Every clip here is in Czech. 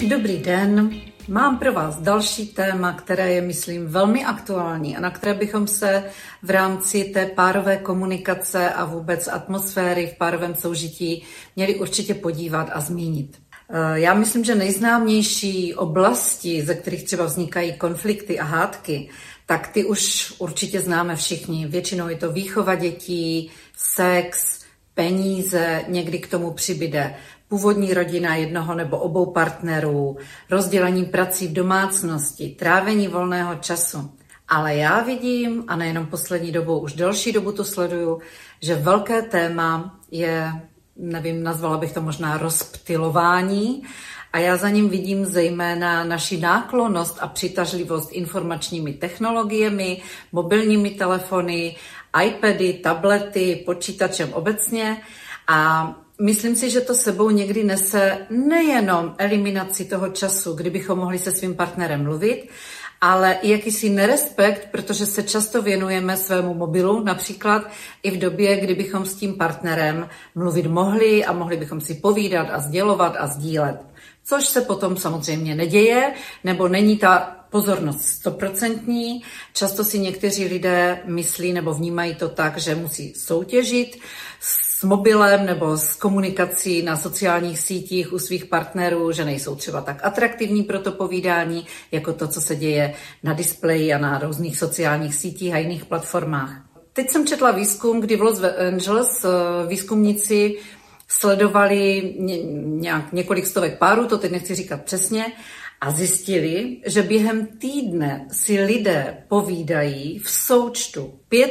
Dobrý den, mám pro vás další téma, které je, myslím, velmi aktuální a na které bychom se v rámci té párové komunikace a vůbec atmosféry v párovém soužití měli určitě podívat a zmínit. Já myslím, že nejznámější oblasti, ze kterých třeba vznikají konflikty a hádky, tak ty už určitě známe všichni. Většinou je to výchova dětí, sex, peníze, někdy k tomu přibyde původní rodina jednoho nebo obou partnerů, rozdělení prací v domácnosti, trávení volného času. Ale já vidím, a nejenom poslední dobou, už delší dobu to sleduju, že velké téma je, nevím, nazvala bych to možná rozptylování, a já za ním vidím zejména naši náklonnost a přitažlivost informačními technologiemi, mobilními telefony, iPady, tablety, počítačem obecně, a myslím si, že to sebou někdy nese nejenom eliminaci toho času, kdybychom mohli se svým partnerem mluvit, ale i jakýsi nerespekt, protože se často věnujeme svému mobilu, například i v době, kdybychom s tím partnerem mluvit mohli a mohli bychom si povídat a sdělovat a sdílet. Což se potom samozřejmě neděje, nebo není ta pozornost 100%. Často si někteří lidé myslí nebo vnímají to tak, že musí soutěžit s mobilem nebo s komunikací na sociálních sítích u svých partnerů, že nejsou třeba tak atraktivní pro to povídání, jako to, co se děje na displeji a na různých sociálních sítích a jiných platformách. Teď jsem četla výzkum, kdy v Los Angeles výzkumníci sledovali několik stovek párů, to teď nechci říkat přesně, a zjistili, že během týdne si lidé povídají v součtu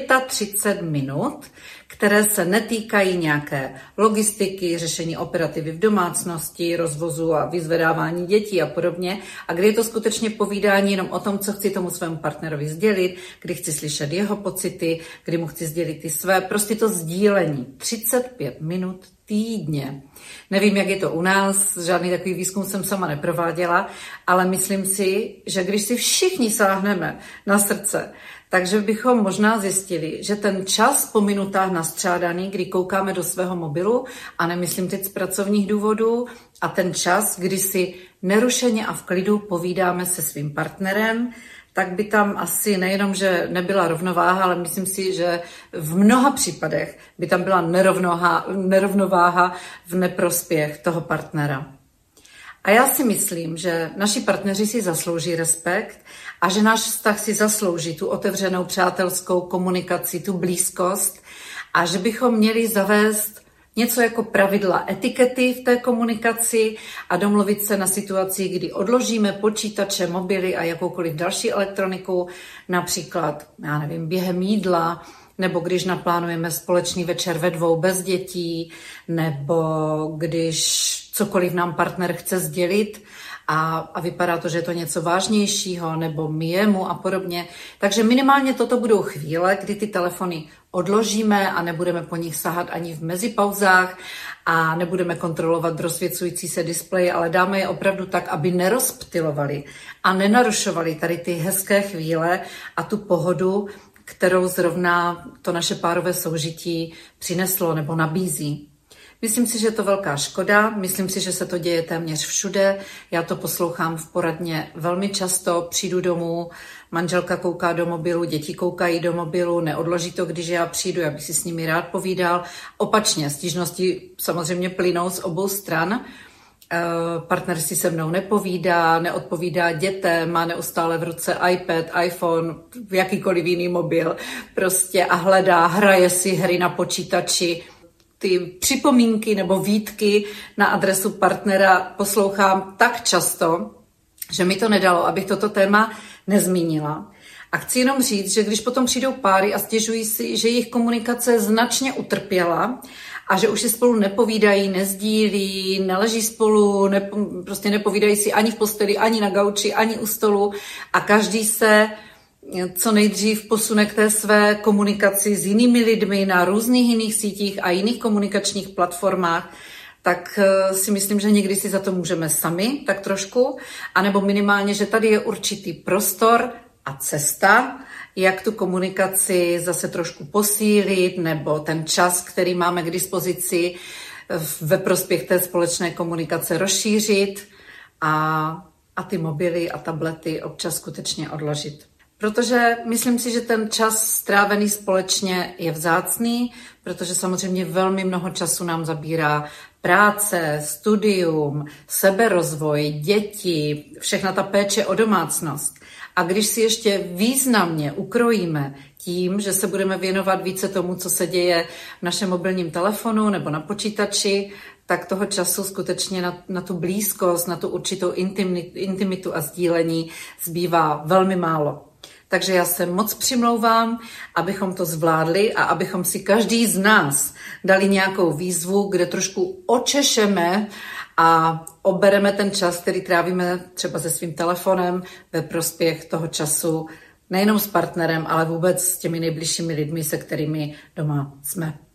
35 minut, které se netýkají nějaké logistiky, řešení operativy v domácnosti, rozvozu a vyzvedávání dětí a podobně. A kdy je to skutečně povídání jenom o tom, co chci tomu svému partnerovi sdělit, kdy chci slyšet jeho pocity, kdy mu chci sdělit ty své. Prostě to sdílení. 35 minut týdně. Nevím, jak je to u nás, žádný takový výzkum jsem sama neprováděla, ale myslím si, že když si všichni sáhneme na srdce, takže bychom možná zjistili, že ten čas po minutách nastřádaný, kdy koukáme do svého mobilu, a nemyslím teď z pracovních důvodů, a ten čas, kdy si nerušeně a v klidu povídáme se svým partnerem, tak by tam asi nejenom, že nebyla rovnováha, ale myslím si, že v mnoha případech by tam byla nerovnováha v neprospěch toho partnera. A já si myslím, že naši partneři si zaslouží respekt a že náš vztah si zaslouží tu otevřenou přátelskou komunikaci, tu blízkost, a že bychom měli zavést něco jako pravidla etikety v té komunikaci a domluvit se na situaci, kdy odložíme počítače, mobily a jakoukoliv další elektroniku, například, já nevím, během jídla, nebo když naplánujeme společný večer ve dvou bez dětí, nebo když cokoliv nám partner chce sdělit a vypadá to, že je to něco vážnějšího, nebo my jemu a podobně. Takže minimálně toto budou chvíle, kdy ty telefony odložíme a nebudeme po nich sahat ani v mezipauzách a nebudeme kontrolovat rozsvěcující se displeje, ale dáme je opravdu tak, aby nerozptylovali a nenarušovali tady ty hezké chvíle a tu pohodu, kterou zrovna to naše párové soužití přineslo nebo nabízí. Myslím si, že je to velká škoda, myslím si, že se to děje téměř všude, já to poslouchám v poradně velmi často, přijdu domů, manželka kouká do mobilu, děti koukají do mobilu, neodloží to, když já přijdu, já bych si s nimi rád povídal. Opačně, stížnosti samozřejmě plynou z obou stran, partner si se mnou nepovídá, neodpovídá dětem, má neustále v ruce iPad, iPhone, jakýkoliv jiný mobil prostě a hraje si hry na počítači. Ty připomínky nebo výtky na adresu partnera poslouchám tak často, že mi to nedalo, abych toto téma nezmínila. A chci jenom říct, že když potom přijdou páry a stěžují si, že jejich komunikace značně utrpěla a že už si spolu nepovídají, nezdílí, neleží spolu, prostě nepovídají si ani v posteli, ani na gauči, ani u stolu a každý se co nejdřív posune k té své komunikaci s jinými lidmi na různých jiných sítích a jiných komunikačních platformách, tak si myslím, že někdy si za to můžeme sami, tak trošku, anebo minimálně, že tady je určitý prostor a cesta, jak tu komunikaci zase trošku posílit, nebo ten čas, který máme k dispozici ve prospěch té společné komunikace rozšířit a ty mobily a tablety občas skutečně odložit. Protože myslím si, že ten čas strávený společně je vzácný, protože samozřejmě velmi mnoho času nám zabírá práce, studium, seberozvoj, děti, všechna ta péče o domácnost. A když si ještě významně ukrojíme tím, že se budeme věnovat více tomu, co se děje v našem mobilním telefonu nebo na počítači, tak toho času skutečně na tu blízkost, na tu určitou intimitu a sdílení zbývá velmi málo. Takže já se moc přimlouvám, abychom to zvládli a abychom si každý z nás dali nějakou výzvu, kde trošku očešeme a obereme ten čas, který trávíme třeba se svým telefonem ve prospěch toho času nejenom s partnerem, ale vůbec s těmi nejbližšími lidmi, se kterými doma jsme.